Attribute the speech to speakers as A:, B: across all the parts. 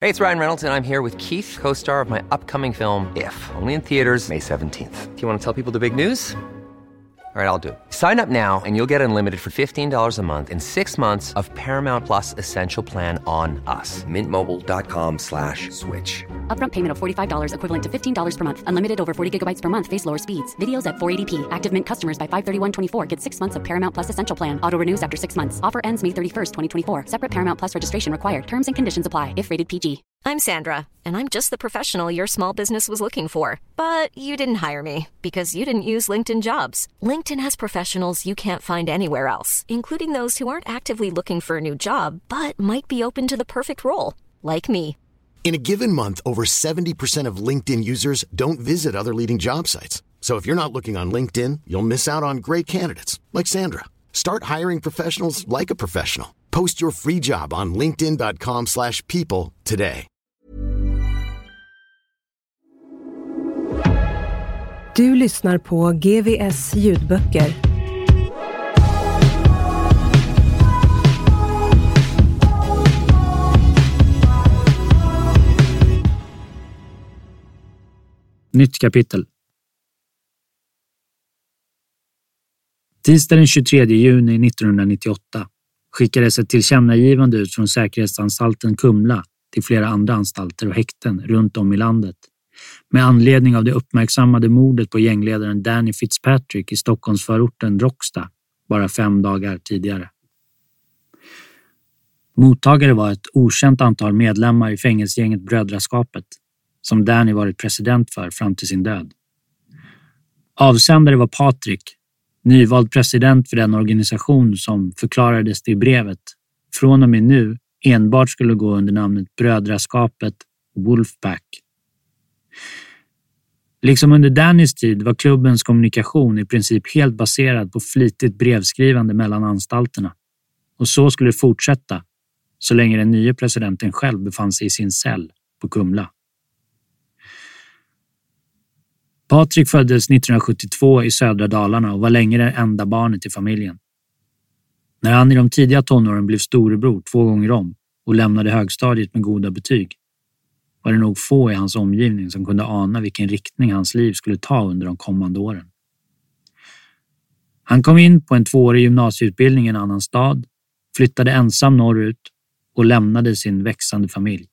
A: Hey, it's Ryan Reynolds, and I'm here with Keith, co-star of my upcoming film, If, only in theaters May 17th. Do you want to tell people the big news? All right, I'll do it. Sign up now and you'll get unlimited for $15 a month and 6 months of Paramount Plus Essential Plan on us. MintMobile.com/switch.
B: Upfront payment of $45 equivalent to $15 per month. Unlimited over 40 gigabytes per month. Face lower speeds. Videos at 480p. Active Mint customers by 531.24 get 6 months of Paramount Plus Essential Plan. Auto renews after 6 months. Offer ends May 31st, 2024. Separate Paramount Plus registration required. Terms and conditions apply if rated PG.
C: I'm Sandra, and I'm just the professional your small business was looking for. But you didn't hire me because you didn't use LinkedIn Jobs. LinkedIn has professionals you can't find anywhere else, including those who aren't actively looking for a new job, but might be open to the perfect role, like me.
D: In a given month, over 70% of LinkedIn users don't visit other leading job sites. So if you're not looking on LinkedIn, you'll miss out on great candidates like Sandra. Start hiring professionals like a professional. Post your free job on linkedin.com/people today.
E: Du lyssnar på GVS ljudböcker.
F: Nytt kapitel. Tisdag den 23 juni 1998 skickades ett tillkännagivande ut från säkerhetsanstalten Kumla till flera andra anstalter och häkten runt om i landet med anledning av det uppmärksammade mordet på gängledaren Danny Fitzpatrick i Stockholmsförorten Råcksta bara 5 dagar tidigare. Mottagare var ett okänt antal medlemmar i fängelsegänget Brödraskapet som Danny varit president för fram till sin död. Avsändare var Patrik, nyvald president för den organisation som förklarades i brevet från och med nu enbart skulle gå under namnet Brödraskapet Wolfpack. Liksom under Dannys tid var klubbens kommunikation i princip helt baserad på flitigt brevskrivande mellan anstalterna. Och så skulle det fortsätta så länge den nya presidenten själv befann sig i sin cell på Kumla. Patrik föddes 1972 i södra Dalarna och var länge det enda barnet i familjen. När han i de tidiga tonåren blev storebror 2 gånger om och lämnade högstadiet med goda betyg var det nog få i hans omgivning som kunde ana vilken riktning hans liv skulle ta under de kommande åren. Han kom in på en 2-årig gymnasieutbildning i en annan stad, flyttade ensam norrut och lämnade sin växande familj.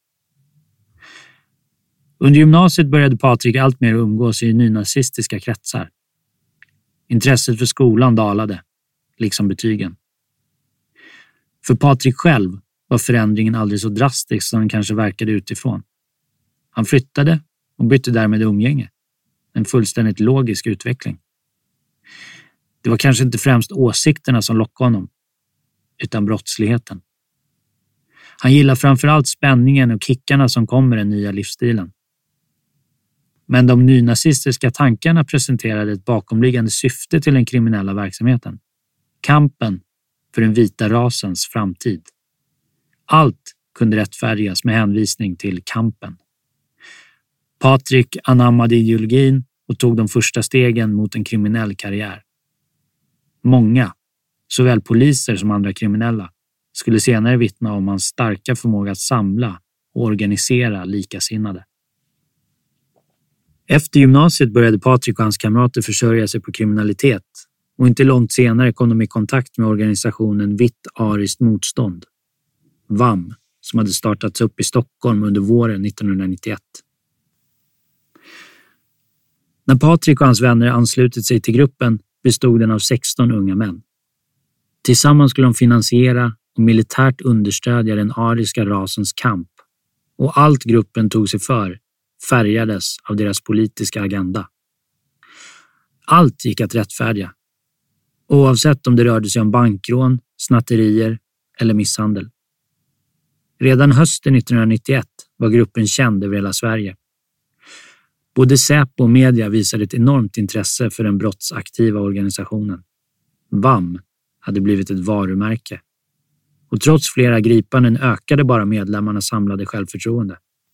F: Under gymnasiet började Patrik allt mer umgås i nynazistiska kretsar. Intresset för skolan dalade, liksom betygen. För Patrik själv var förändringen aldrig så drastisk som den kanske verkade utifrån. Han flyttade och bytte därmed umgänge. En fullständigt logisk utveckling. Det var kanske inte främst åsikterna som lockade honom, utan brottsligheten. Han gillar framförallt spänningen och kickarna som kom med den nya livsstilen. Men de nynazistiska tankarna presenterade ett bakomliggande syfte till den kriminella verksamheten. Kampen för den vita rasens framtid. Allt kunde rättfärdigas med hänvisning till kampen. Patrik anammade ideologin och tog de första stegen mot en kriminell karriär. Många, såväl poliser som andra kriminella, skulle senare vittna om hans starka förmåga att samla och organisera likasinnade. Efter gymnasiet började Patrik och hans kamrater försörja sig på kriminalitet och inte långt senare kom de i kontakt med organisationen Vitt Ariskt Motstånd, VAM, som hade startats upp i Stockholm under våren 1991. När Patrik och hans vänner anslutit sig till gruppen bestod den av 16 unga män. Tillsammans skulle de finansiera och militärt understödja den ariska rasens kamp och allt gruppen tog sig för färgades av deras politiska agenda. Allt gick att rättfärdiga, oavsett om det rörde sig om bankrån, snatterier eller misshandel. Redan hösten 1991 var gruppen känd över hela Sverige. Både Säpo och media visade ett enormt intresse för den brottsaktiva organisationen. VAM hade blivit ett varumärke. Och trots flera gripanden ökade bara medlemmarnas samlade självförtroende.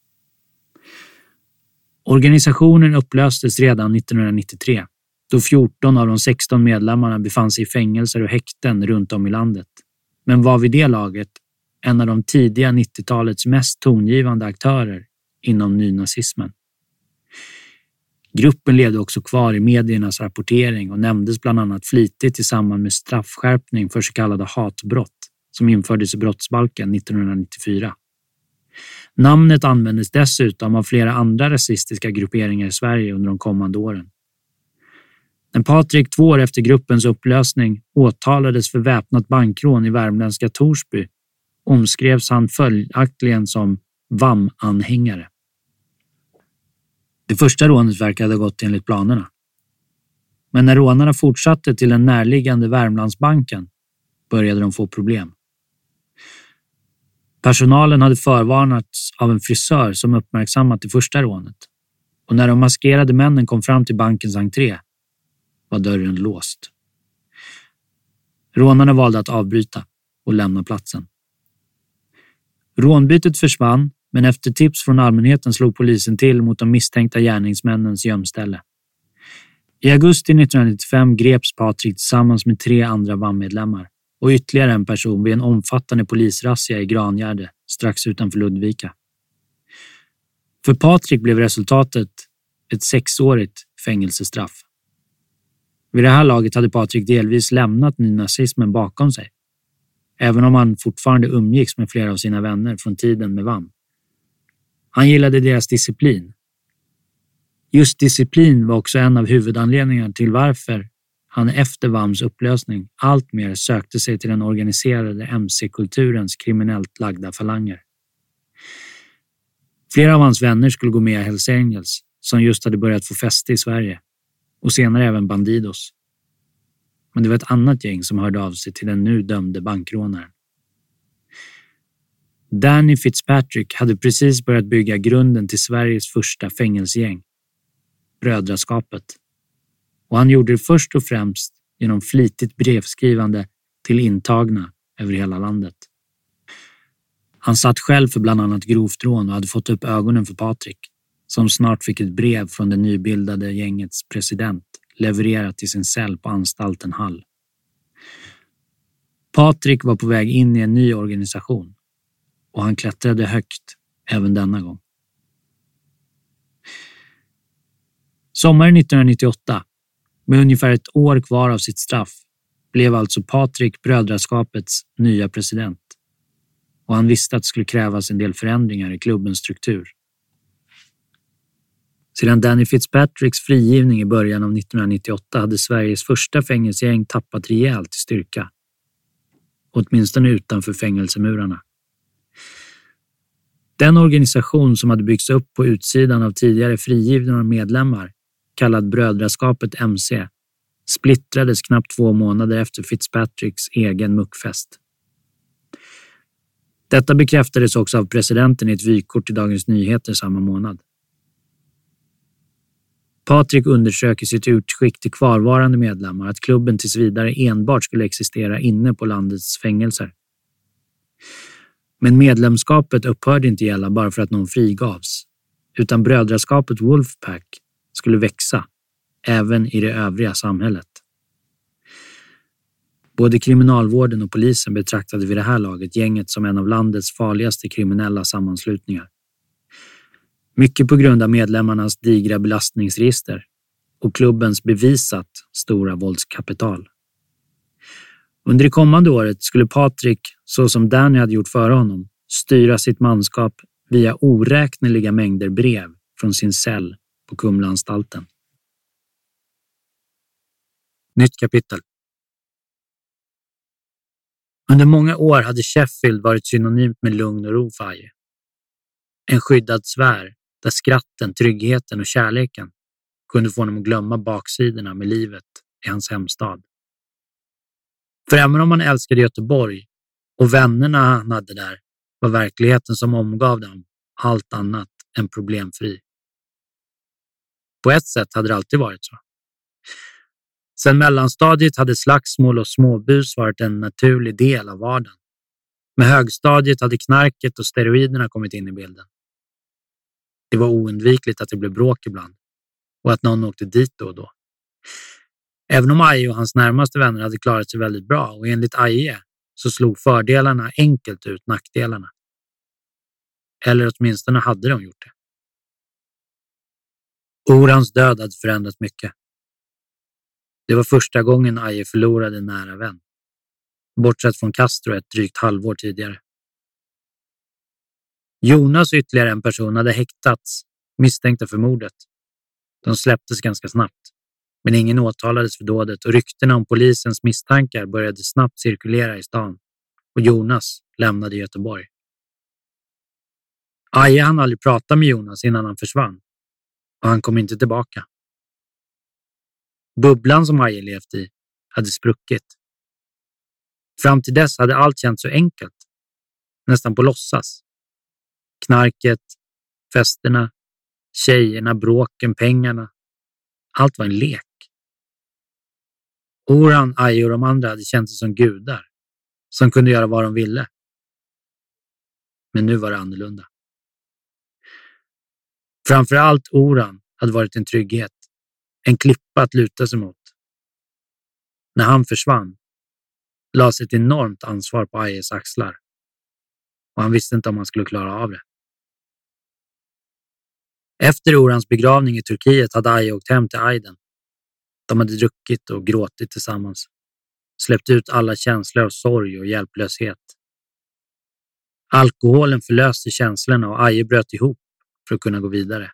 F: Organisationen upplöstes redan 1993, då 14 av de 16 medlemmarna befann sig i fängelser och häkten runt om i landet. Men var vid det laget en av de tidiga 90-talets mest tongivande aktörer inom nynazismen. Gruppen levde också kvar i mediernas rapportering och nämndes bland annat flitigt i samband med straffskärpning för så kallade hatbrott som infördes i brottsbalken 1994. Namnet användes dessutom av flera andra rasistiska grupperingar i Sverige under de kommande åren. När Patrik 2 år efter gruppens upplösning åtalades för väpnat bankrån i värmländska Torsby omskrevs han följaktligen som VAM-anhängare. Det första rånet verkade ha gått enligt planerna. Men när rånarna fortsatte till den närliggande Värmlandsbanken började de få problem. Personalen hade förvarnats av en frisör som uppmärksammat det första rånet. Och när de maskerade männen kom fram till bankens entré var dörren låst. Rånarna valde att avbryta och lämna platsen. Rånbytet försvann, men efter tips från allmänheten slog polisen till mot de misstänkta gärningsmännens gömställe. I augusti 1995 greps Patrik tillsammans med 3 andra VAM-medlemmar och ytterligare en person vid en omfattande polisrazzia i Grangärde strax utanför Ludvika. För Patrik blev resultatet ett 6-årigt fängelsestraff. Vid det här laget hade Patrik delvis lämnat nynazismen bakom sig, även om han fortfarande umgicks med flera av sina vänner från tiden med VAM. Han gillade deras disciplin. Just disciplin var också en av huvudanledningarna till varför han efter VAMs upplösning allt mer sökte sig till den organiserade MC-kulturens kriminellt lagda falanger. Flera av hans vänner skulle gå med i Hells Angels, som just hade börjat få fäste i Sverige, och senare även Bandidos. Men det var ett annat gäng som hörde av sig till den nu dömde bankrånaren. Danny Fitzpatrick hade precis börjat bygga grunden till Sveriges första fängelsegäng, Brödraskapet. Och han gjorde det först och främst genom flitigt brevskrivande till intagna över hela landet. Han satt själv för bland annat grovt rån och hade fått upp ögonen för Patrik, som snart fick ett brev från det nybildade gängets president levererat till sin cell på anstalten Hall. Patrik var på väg in i en ny organisation och han klättrade högt även denna gång. Sommaren 1998, med ungefär ett år kvar av sitt straff, blev alltså Patrik Brödraskapets nya president. Och han visste att det skulle krävas en del förändringar i klubbens struktur. Sedan Danny Fitzpatricks frigivning i början av 1998 hade Sveriges första fängelsegäng tappat rejält i styrka. Åtminstone utanför fängelsemurarna. Den organisation som hade byggts upp på utsidan av tidigare frigivna medlemmar, kallad Brödraskapet MC, splittrades knappt 2 månader efter Fitzpatricks egen muckfest. Detta bekräftades också av presidenten i ett vykort i Dagens Nyheter samma månad. Patrik undersöker i sitt utskick till kvarvarande medlemmar att klubben tills vidare enbart skulle existera inne på landets fängelser. Men medlemskapet upphörde inte gälla bara för att någon frigavs, utan brödraskapet Wolfpack skulle växa även i det övriga samhället. Både kriminalvården och polisen betraktade vid det här laget gänget som en av landets farligaste kriminella sammanslutningar. Mycket på grund av medlemmarnas digra belastningsregister och klubbens bevisat stora våldskapital. Under det kommande året skulle Patrik, så som Danny hade gjort före honom, styra sitt manskap via oräkneliga mängder brev från sin cell på Kumlaanstalten. Nytt kapitel. Under många år hade Sheffield varit synonymt med lugn och ro för Aje. En skyddad sfär där skratten, tryggheten och kärleken kunde få honom att glömma baksidorna med livet i hans hemstad. För även om han älskade Göteborg och vännerna han hade där, var verkligheten som omgav dem allt annat än problemfri. På ett sätt hade det alltid varit så. Sedan mellanstadiet hade slagsmål och småbus varit en naturlig del av vardagen. Med högstadiet hade knarket och steroiderna kommit in i bilden. Det var oundvikligt att det blev bråk ibland och att någon åkte dit då och då. Även om Aje och hans närmaste vänner hade klarat sig väldigt bra och enligt Aje så slog fördelarna enkelt ut nackdelarna. Eller åtminstone hade de gjort det. Orans död hade förändrat mycket. Det var första gången Aje förlorade en nära vän. Bortsett från Castro ett drygt halvår tidigare. Jonas och ytterligare en person hade häktats, misstänkta för mordet. De släpptes ganska snabbt, men ingen åtalades för dådet och ryktena om polisens misstankar började snabbt cirkulera i stan och Jonas lämnade Göteborg. Aje hann aldrig prata med Jonas innan han försvann och han kom inte tillbaka. Bubblan som Aje levt i hade spruckit. Fram till dess hade allt känts så enkelt, nästan på låtsas. Knarket, festerna, tjejerna, bråken, pengarna. Allt var en lek. Oran, Aje och de andra hade känt sig som gudar som kunde göra vad de ville. Men nu var det annorlunda. Framförallt Oran hade varit en trygghet, en klippa att luta sig mot. När han försvann lades ett enormt ansvar på Ajes axlar och han visste inte om han skulle klara av det. Efter Orans begravning i Turkiet hade Aje åkt hem till Aydin. De hade druckit och gråtit tillsammans, släppt ut alla känslor av sorg och hjälplöshet. Alkoholen förlöste känslorna och Aje bröt ihop för att kunna gå vidare.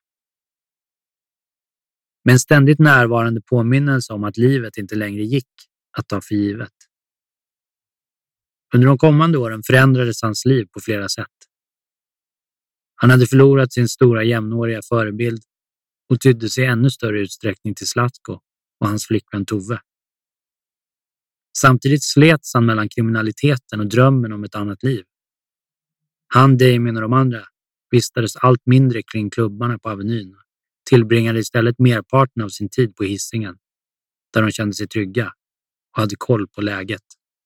F: Men ständigt närvarande påminnelse om att livet inte längre gick att ta för givet. Under de kommande åren förändrades hans liv på flera sätt. Han hade förlorat sin stora jämnåriga förebild och tydde sig i ännu större utsträckning till Zlatko och hans flickvän Tove. Samtidigt slets han mellan kriminaliteten och drömmen om ett annat liv. Han, Damien och de andra vistades allt mindre kring klubbarna på Avenyn, tillbringade istället merparten av sin tid på Hisingen, där de kände sig trygga och hade koll på läget.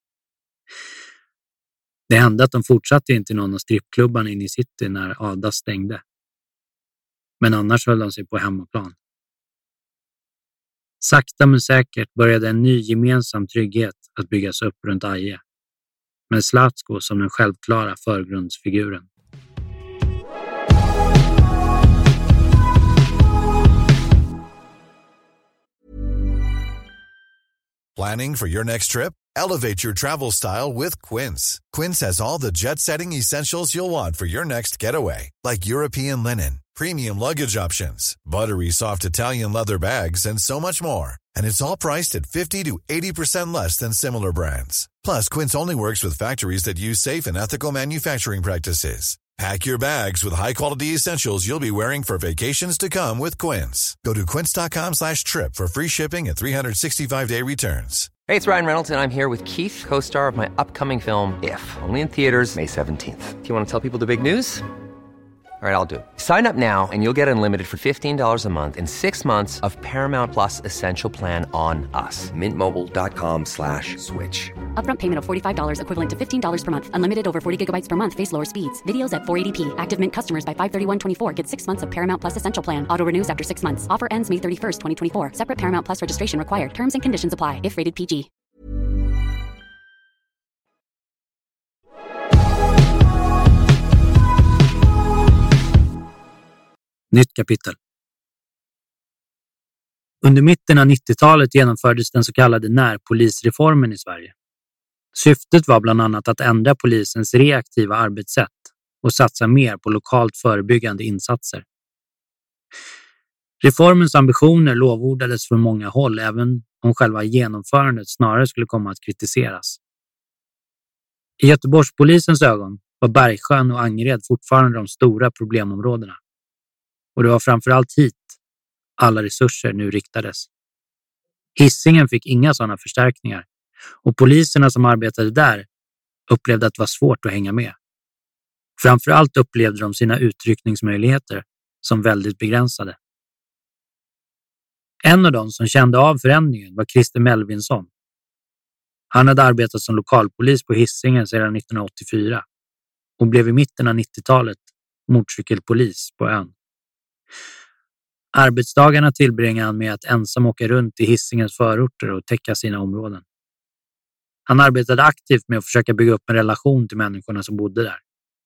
F: Det hände att de fortsatte inte i någon av strippklubbarna inne i city när Ada stängde. Men annars höll de sig på hemmaplan. Sakta men säkert började en ny gemensam trygghet att byggas upp runt Aje, med Zlatko som den självklara förgrundsfiguren.
G: Planning for your next trip? Elevate your travel style with Quince. Quince has all the jet-setting essentials you'll want for your next getaway, like European linen, premium luggage options, buttery soft Italian leather bags, and so much more. And it's all priced at 50 to 80% less than similar brands. Plus, Quince only works with factories that use safe and ethical manufacturing practices. Pack your bags with high-quality essentials you'll be wearing for vacations to come with Quince. Go to quince.com/trip for free shipping and 365-day returns.
A: Hey, it's Ryan Reynolds, and I'm here with Keith, co-star of my upcoming film, If, only in theaters May 17th. Do you want to tell people the big news? All right, I'll do it. Sign up now and you'll get unlimited for $15 a month and 6 months of Paramount Plus Essential Plan on us. Mintmobile.com/switch.
B: Upfront payment of $45 equivalent to $15 per month. Unlimited over 40 gigabytes per month. Face lower speeds. Videos at 480p. Active Mint customers by 531.24 get 6 months of Paramount Plus Essential Plan. Auto renews after 6 months. Offer ends May 31st, 2024. Separate Paramount Plus registration required. Terms and conditions apply if rated PG.
F: Nytt kapitel. Under mitten av 90-talet genomfördes den så kallade närpolisreformen i Sverige. Syftet var bland annat att ändra polisens reaktiva arbetssätt och satsa mer på lokalt förebyggande insatser. Reformens ambitioner lovordades från många håll, även om själva genomförandet snarare skulle komma att kritiseras. I Göteborgspolisens ögon var Bergsjön och Angered fortfarande de stora problemområdena. Och det var framförallt hit alla resurser nu riktades. Hisingen fick inga sådana förstärkningar och poliserna som arbetade där upplevde att det var svårt att hänga med. Framförallt upplevde de sina utryckningsmöjligheter som väldigt begränsade. En av dem som kände av förändringen var Christer Melvinsson. Han hade arbetat som lokalpolis på Hisingen sedan 1984 och blev i mitten av 90-talet motorcykelpolis på ön. Arbetsdagarna tillbringade han med att ensam åka runt i Hisingens förorter och täcka sina områden. Han arbetade aktivt med att försöka bygga upp en relation till människorna som bodde där.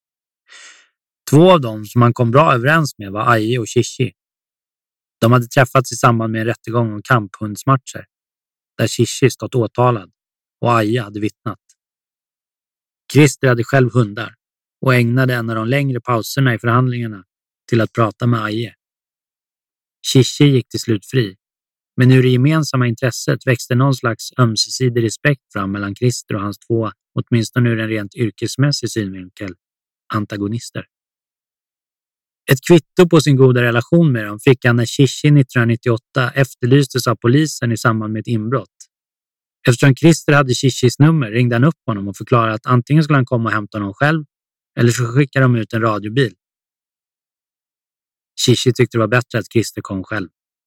F: 2 av dem som han kom bra överens med var Aje och Shishi. De hade träffats i samband med en rättegång om kamphundsmatcher, där Shishi stått åtalad och Aje hade vittnat. Christer hade själv hundar och ägnade en av de längre pauserna i förhandlingarna till att prata med Aje. Shishi gick till slut fri, men ur det gemensamma intresset växte någon slags ömsesidig respekt fram mellan Christer och hans 2, åtminstone ur en rent yrkesmässig synvinkel, antagonister. Ett kvitto på sin goda relation med dem fick han när Shishi 1998 efterlystes av polisen i samband med ett inbrott. Eftersom Christer hade Shishis nummer ringde han upp honom och förklarade att antingen skulle han komma och hämta honom själv eller så skickade de ut en radiobil. Shishi tyckte det var bättre att Christer kom själv.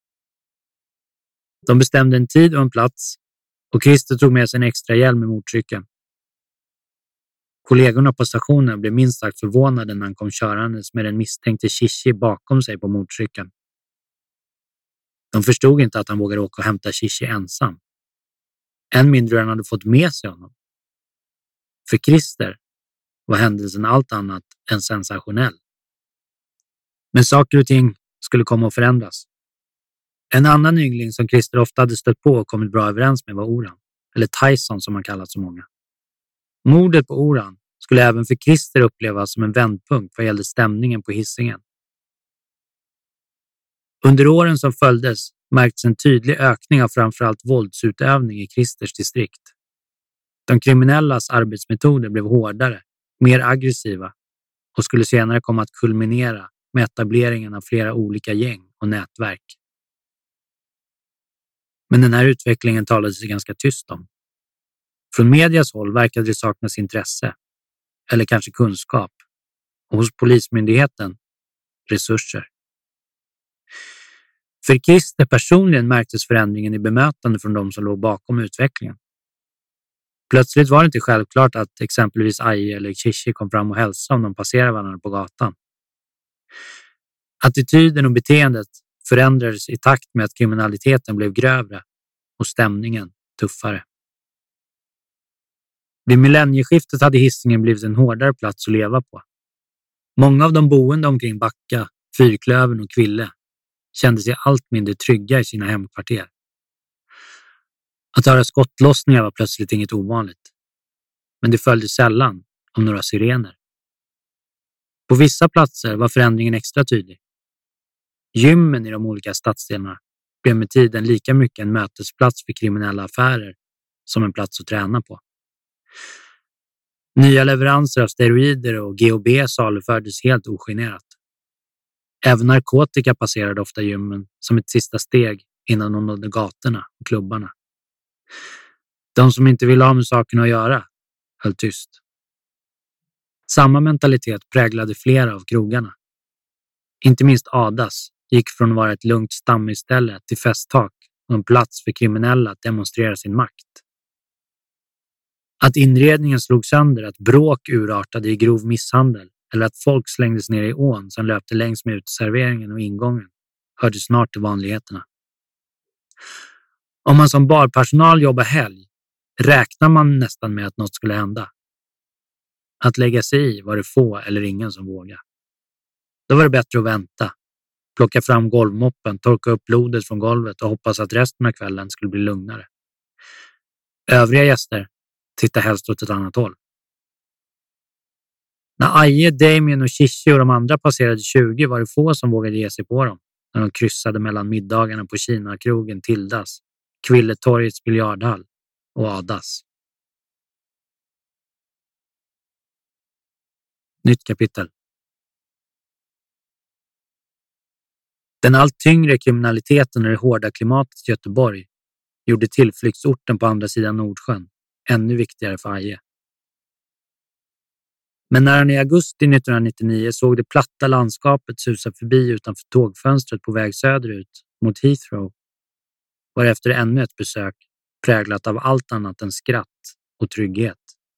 F: De bestämde en tid och en plats och Christer tog med sig en extra hjälm i motorcykeln. Kollegorna på stationen blev minst sagt förvånade när han kom körandes med den misstänkte Shishi bakom sig på motorcykeln. De förstod inte att han vågade åka och hämta Shishi ensam. Än mindre han hade fått med sig honom. För Christer var händelsen allt annat än sensationell. Men saker och ting skulle komma att förändras. En annan yngling som Christer ofta hade stött på och kommit bra överens med var Oran, eller Tyson som man kallat så många. Mordet på Oran skulle även för Christer upplevas som en vändpunkt vad gällde stämningen på Hisingen. Under åren som följdes märktes en tydlig ökning av framförallt våldsutövning i Christers distrikt. De kriminellas arbetsmetoder blev hårdare, mer aggressiva och skulle senare komma att kulminera med etableringen av flera olika gäng och nätverk. Men den här utvecklingen talades det ganska tyst om. Från medias håll verkade det saknas intresse, eller kanske kunskap, och hos polismyndigheten resurser. För Christer personligen märktes förändringen i bemötande från de som låg bakom utvecklingen. Plötsligt var det inte självklart att exempelvis Aje eller Shishi kom fram och hälsade om de passerade varandra på gatan. Attityden och beteendet förändrades i takt med att kriminaliteten blev grövre och stämningen tuffare. Vid millennieskiftet hade Hisingen blivit en hårdare plats att leva på. Många av de boende omkring Backa, Fyrklövern och Kville kände sig allt mindre trygga i sina hemkvarter. Att höra skottlossningar var plötsligt inget ovanligt. Men det följde sällan om några sirener. På vissa platser var förändringen extra tydlig. Gymmen i de olika stadsdelarna blev med tiden lika mycket en mötesplats för kriminella affärer som en plats att träna på. Nya leveranser av steroider och GHB salufördes helt ogenerat. Även narkotika passerade ofta gymmen som ett sista steg innan de nådde gatorna och klubbarna. De som inte ville ha med sakerna att göra höll tyst. Samma mentalitet präglade flera av krogarna. Inte minst Adas gick från att vara ett lugnt stammisställe till festtak och en plats för kriminella att demonstrera sin makt. Att inredningen slog sönder, att bråk urartade i grov misshandel eller att folk slängdes ner i ån som löpte längs med uteserveringen och ingången hörde snart till vanligheterna. Om man som barpersonal jobbar helg räknar man nästan med att något skulle hända. Att lägga sig i var det få eller ingen som vågade. Då var det bättre att vänta, plocka fram golvmoppen, torka upp blodet från golvet och hoppas att resten av kvällen skulle bli lugnare. Övriga gäster tittar helst åt ett annat håll. När Aje, Damien och Shishi och de andra passerade 20 var det få som vågade ge sig på dem när de kryssade mellan middagarna på Kina-krogen Tildas, Kvilletorgets biljardhall och Adas. Nytt kapitel. Den allt tyngre kriminaliteten och det hårda klimatet i Göteborg gjorde tillflyktsorten på andra sidan Nordsjön ännu viktigare för Aje. Men när han i augusti 1999 såg det platta landskapet susa förbi utanför tågfönstret på väg söderut mot Heathrow var efter ännu ett besök präglat av allt annat än skratt och trygghet.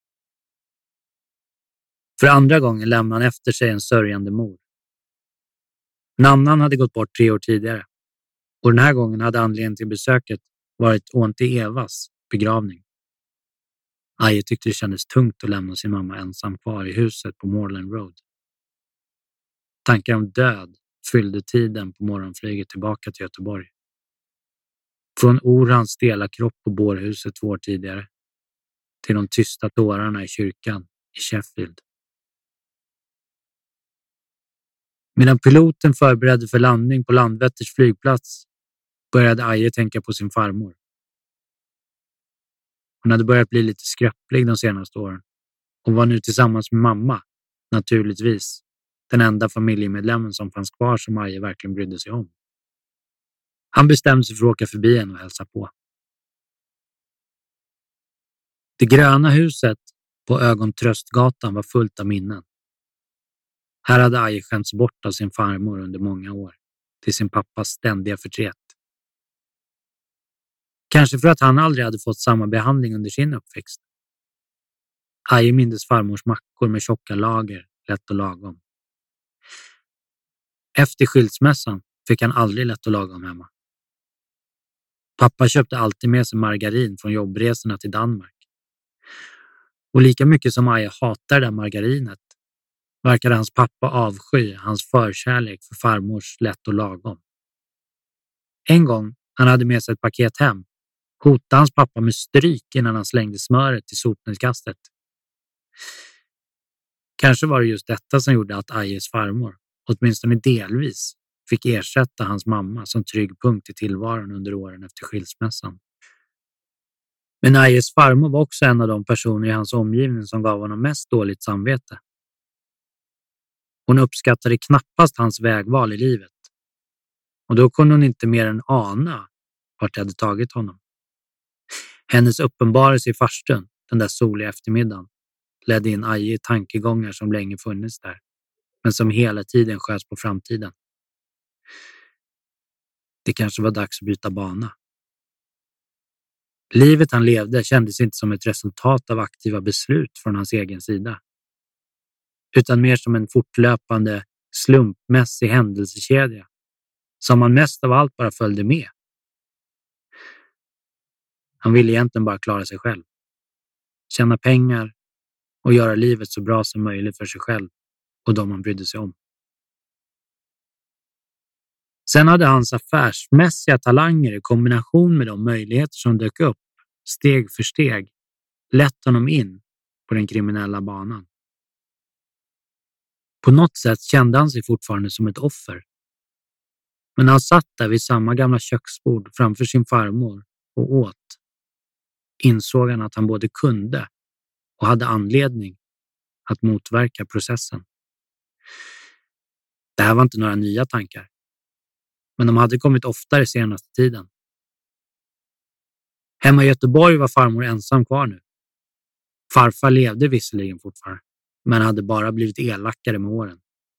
F: För andra gången lämnade han efter sig en sörjande mor. Nannan hade gått bort 3 år tidigare och den här gången hade anledningen till besöket varit Ånti Evas begravning. Aje tyckte det kändes tungt att lämna sin mamma ensam kvar i huset på Moreland Road. Tankar om död fyllde tiden på morgonflyget tillbaka till Göteborg. Från Orhans stela kropp på bårhuset 2 år tidigare till de tysta tårarna i kyrkan i Sheffield. Medan piloten förberedde för landning på Landvetters flygplats började Aje tänka på sin farmor. Hon hade börjat bli lite skröplig de senaste åren och var nu tillsammans med mamma, naturligtvis, den enda familjemedlemmen som fanns kvar som Aje verkligen brydde sig om. Han bestämde sig för att åka förbi henne och hälsa på. Det gröna huset på Ögontröstgatan var fullt av minnen. Här hade Aje skämts bort av sin farmor under många år, till sin pappas ständiga förtret. Kanske för att han aldrig hade fått samma behandling under sin uppväxt. Aje mindes farmors mackor med tjocka lager, lätt och lagom. Efter skilsmässan fick han aldrig lätt och lagom hemma. Pappa köpte alltid med sig margarin från jobbresorna till Danmark. Och lika mycket som Aje hatar det margarinet verkade hans pappa avsky hans förkärlek för farmors lätt och lagom. En gång han hade med sig ett paket hem hotade hans pappa med stryk innan han slängde smöret i sopnedkastet. Kanske var det just detta som gjorde att Ajes farmor, åtminstone delvis, fick ersätta hans mamma som trygg punkt i tillvaron under åren efter skilsmässan. Men Ajes farmor var också en av de personer i hans omgivning som gav honom mest dåligt samvete. Hon uppskattade knappast hans vägval i livet. Och då kunde hon inte mer än ana vart det hade tagit honom. Hennes uppenbarelse i farstun, den där soliga eftermiddagen, ledde in Aje i tankegångar som länge funnits där, men som hela tiden sköts på framtiden. Det kanske var dags att byta bana. Livet han levde kändes inte som ett resultat av aktiva beslut från hans egen sida, utan mer som en fortlöpande, slumpmässig händelsekedja som han mest av allt bara följde med. Han ville egentligen bara klara sig själv, tjäna pengar och göra livet så bra som möjligt för sig själv och de han brydde sig om. Sen hade hans affärsmässiga talanger i kombination med de möjligheter som dök upp steg för steg lett honom in på den kriminella banan. På något sätt kände han sig fortfarande som ett offer. Men när han satt där vid samma gamla köksbord framför sin farmor och åt, insåg han att han både kunde och hade anledning att motverka processen. Det här var inte några nya tankar, men de hade kommit oftare senaste tiden. Hemma i Göteborg var farmor ensam kvar nu. Farfar levde visserligen fortfarande, men hade bara blivit elakare med åren.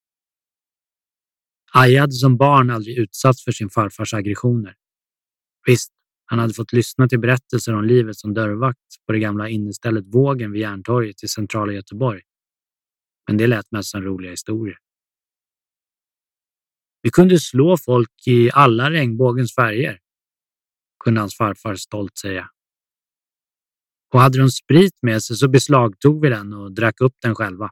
F: Aje hade som barn aldrig utsatts för sin farfars aggressioner. Visst, han hade fått lyssna till berättelser om livet som dörrvakt på det gamla innestället Vågen vid Järntorget i centrala Göteborg. Men det lät mest som roliga historier. Vi kunde slå folk i alla regnbågens färger, kunde hans farfar stolt säga. Och hade de sprit med sig så beslagtog vi den och drack upp den själva.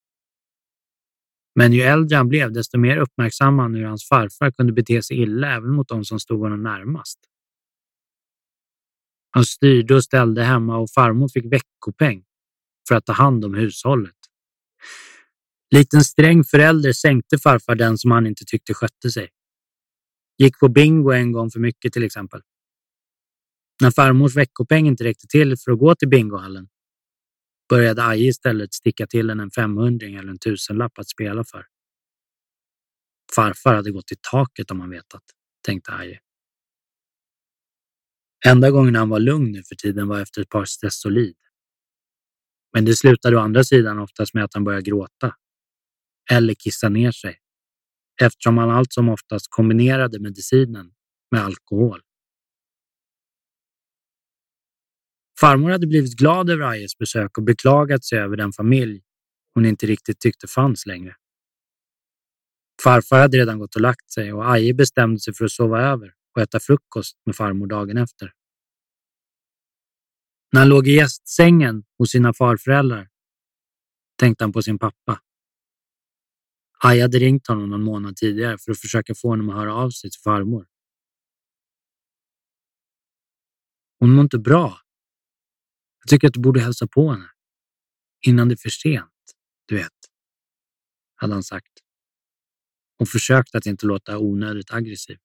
F: Men ju äldre han blev desto mer uppmärksammade han hur hans farfar kunde bete sig illa även mot de som stod honom närmast. Han styrde och ställde hemma och farmor fick veckopeng för att ta hand om hushållet. Likt en sträng förälder sänkte farfar den som han inte tyckte skötte sig. Gick på bingo en gång för mycket till exempel. När farmors veckopeng inte räckte till för att gå till bingohallen började Aje istället sticka till en 500 eller en 1000-lapp att spela för. Farfar hade gått i taket om han vetat, tänkte Aje. Enda gången han var lugn nu för tiden var efter ett par Stressolid. Men det slutade å andra sidan oftast med att han började gråta. Eller kissa ner sig. Eftersom han allt som oftast kombinerade medicinen med alkohol. Farmor hade blivit glad över Ajes besök och beklagat sig över den familj hon inte riktigt tyckte fanns längre. Farfar hade redan gått och lagt sig och Aje bestämde sig för att sova över och äta frukost med farmor dagen efter. När han låg i gästsängen hos sina farföräldrar tänkte han på sin pappa. Aja hade ringt honom någon månad tidigare för att försöka få honom att höra av sig till farmor. Hon mår inte bra. Jag tycker att du borde hälsa på henne. Innan det är för sent, du vet, hade han sagt. Och försökt att inte låta onödigt aggressiv.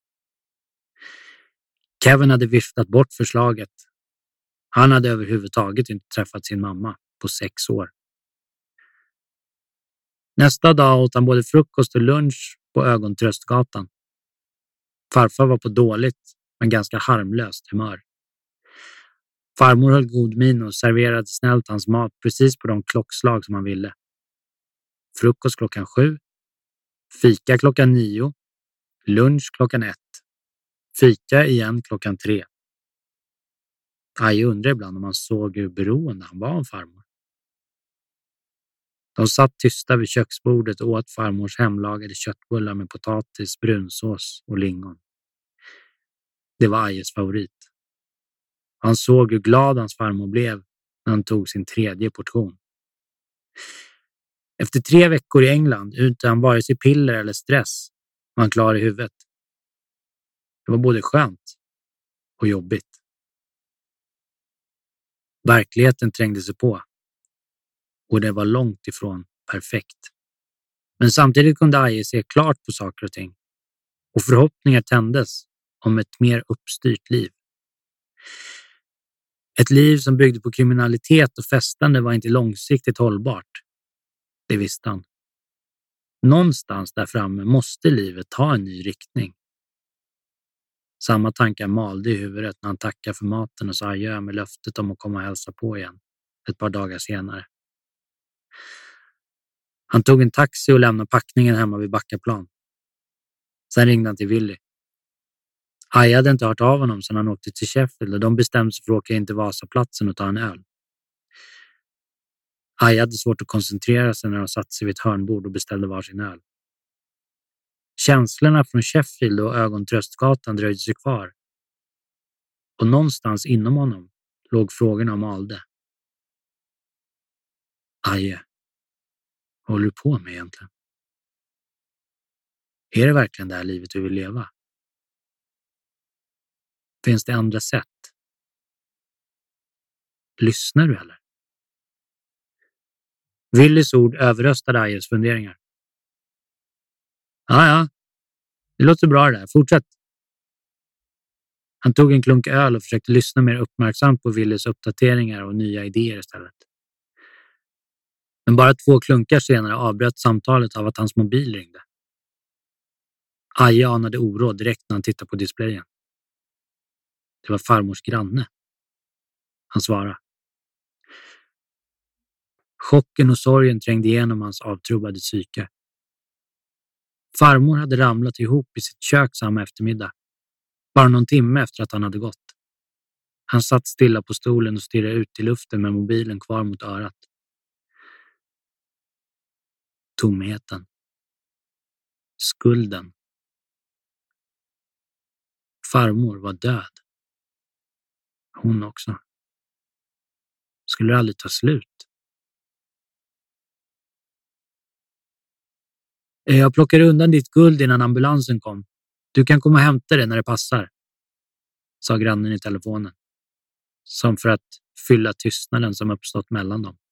F: Kevin hade viftat bort förslaget. Han hade överhuvudtaget inte träffat sin mamma på 6 år. Nästa dag åt han både frukost och lunch på Ögontröstgatan. Farfar var på dåligt, men ganska harmlöst humör. Farmor höll god min och serverade snällt hans mat precis på de klockslag som han ville. Frukost 7:00, fika 9:00, lunch 1:00, fika igen 3:00. Aja undrar ibland om han såg hur beroende han var av farmor. De satt tysta vid köksbordet och åt farmors hemlagade köttbullar med potatis, brunsås och lingon. Det var Ajes favorit. Han såg hur glad hans farmor blev när han tog sin 3:e portion. Efter 3 veckor i England utan han vare sig piller eller stress var han klar i huvudet. Det var både skönt och jobbigt. Verkligheten trängde sig på och det var långt ifrån perfekt. Men samtidigt kunde Aje se klart på saker och ting och förhoppningar tändes om ett mer uppstyrt liv. Ett liv som byggde på kriminalitet och festande var inte långsiktigt hållbart. Det visste han. Någonstans där framme måste livet ta en ny riktning. Samma tankar malde i huvudet när han tackade för maten och sa adjö med löftet om att komma och hälsa på igen ett par dagar senare. Han tog en taxi och lämnade packningen hemma vid Backaplan. Sen ringde han till Willy. Aja hade inte hört av honom sedan han åkte till Sheffield och de bestämde sig för att åka in till Vasaplatsen och ta en öl. Aja hade svårt att koncentrera sig när de satt sig vid ett hörnbord och beställde varsin öl. Känslorna från Sheffield och Ögontröstgatan dröjde sig kvar. Och någonstans inom honom låg frågorna om Alde. Aje, vad håller du på med egentligen? Är det verkligen det här livet du vill leva? Finns det andra sätt? Lyssnar du eller? Willys ord överröstade Ajes funderingar. Ja, det låter bra det där. Fortsätt. Han tog en klunk öl och försökte lyssna mer uppmärksamt på Willys uppdateringar och nya idéer istället. Men bara 2 klunkar senare avbröt samtalet av att hans mobil ringde. Aja anade oro direkt när han tittade på displayen. Det var farmors granne. Han svarade. Chocken och sorgen trängde igenom hans avtrubbade psyke. Farmor hade ramlat ihop i sitt kök samma eftermiddag. Bara någon timme efter att han hade gått. Han satt stilla på stolen och stirrade ut i luften med mobilen kvar mot örat. Tomheten. Skulden. Farmor var död. Hon också. Skulle det aldrig ta slut? Jag plockar undan ditt guld innan ambulansen kom. Du kan komma och hämta det när det passar, sa grannen i telefonen. Som för att fylla tystnaden som uppstått mellan dem.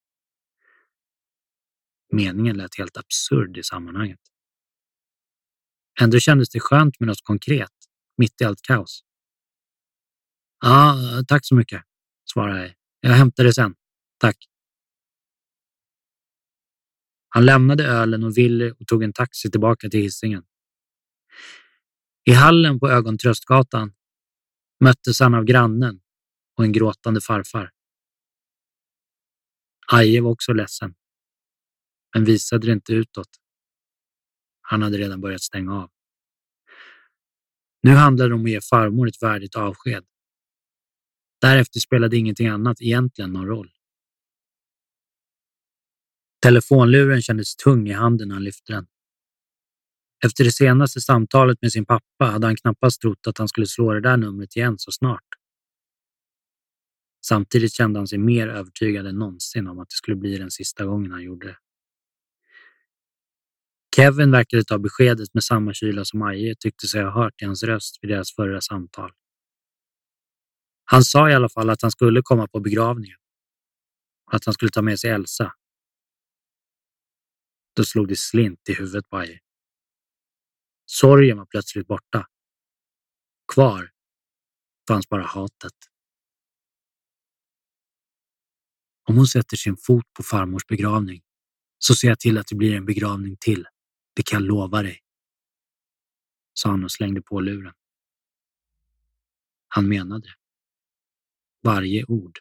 F: Meningen lät helt absurd i sammanhanget. Ändå kändes det skönt med något konkret, mitt i allt kaos. Ja, tack så mycket, svarade jag. Jag hämtar det sen. Tack. Han lämnade ölen och Willy och tog en taxi tillbaka till Hisingen. I hallen på Ögontröstgatan möttes han av grannen och en gråtande farfar. Aje var också ledsen, men visade det inte utåt. Han hade redan börjat stänga av. Nu handlade det om att ge farmor ett värdigt avsked. Därefter spelade ingenting annat egentligen någon roll. Telefonluren kändes tung i handen när han lyfte den. Efter det senaste samtalet med sin pappa hade han knappast trott att han skulle slå det där numret igen så snart. Samtidigt kände han sig mer övertygad än någonsin om att det skulle bli den sista gången han gjorde det. Kevin verkade ta beskedet med samma kyla som Aje tyckte sig ha hört i hans röst vid deras förra samtal. Han sa i alla fall att han skulle komma på begravningen och att han skulle ta med sig Elsa. Då slog det slint i huvudet på Aje. Sorgen var plötsligt borta. Kvar fanns bara hatet. Om hon sätter sin fot på farmors begravning så ser jag till att det blir en begravning till. Det kan jag lova dig, sa han och slängde på luren. Han menade det. Varje ord.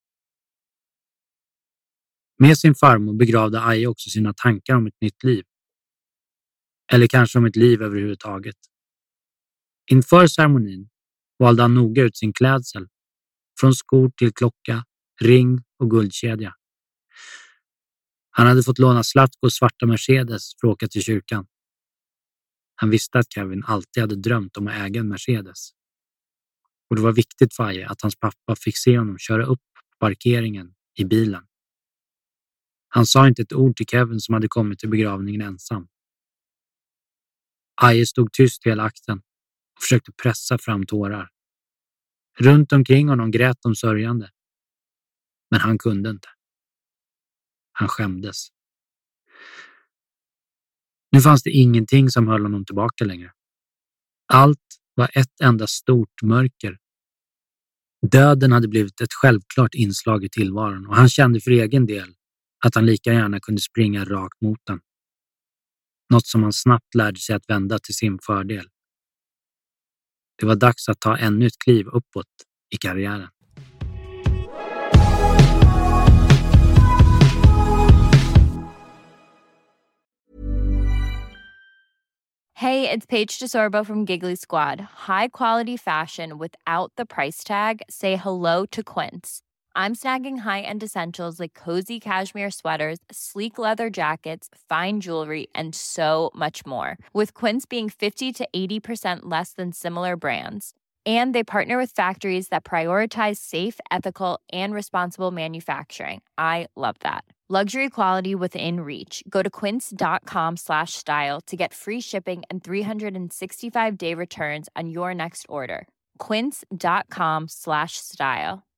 F: Med sin farmor begravde Aje också sina tankar om ett nytt liv. Eller kanske om ett liv överhuvudtaget. Inför ceremonin valde han noga ut sin klädsel. Från skor till klocka, ring och guldkedja. Han hade fått låna Zlatkos svarta Mercedes för att åka till kyrkan. Han visste att Kevin alltid hade drömt om att äga en Mercedes. Och det var viktigt för Aje att hans pappa fick se honom köra upp på parkeringen i bilen. Han sa inte ett ord till Kevin som hade kommit till begravningen ensam. Aje stod tyst hela akten och försökte pressa fram tårar. Runt omkring honom grät de sörjande. Men han kunde inte. Han skämdes. Nu fanns det ingenting som höll honom tillbaka längre. Allt var ett enda stort mörker. Döden hade blivit ett självklart inslag i tillvaron och han kände för egen del att han lika gärna kunde springa rakt mot den. Något som han snabbt lärde sig att vända till sin fördel. Det var dags att ta ännu ett kliv uppåt i karriären.
H: Hey, it's Paige DeSorbo from Giggly Squad. High quality fashion without the price tag. Say hello to Quince. I'm snagging high-end essentials like cozy cashmere sweaters, sleek leather jackets, fine jewelry, and so much more. With Quince being 50 to 80% less than similar brands. And they partner with factories that prioritize safe, ethical, and responsible manufacturing. I love that. Luxury quality within reach. Go to quince.com/style to get free shipping and 365-day returns on your next order. Quince.com/style.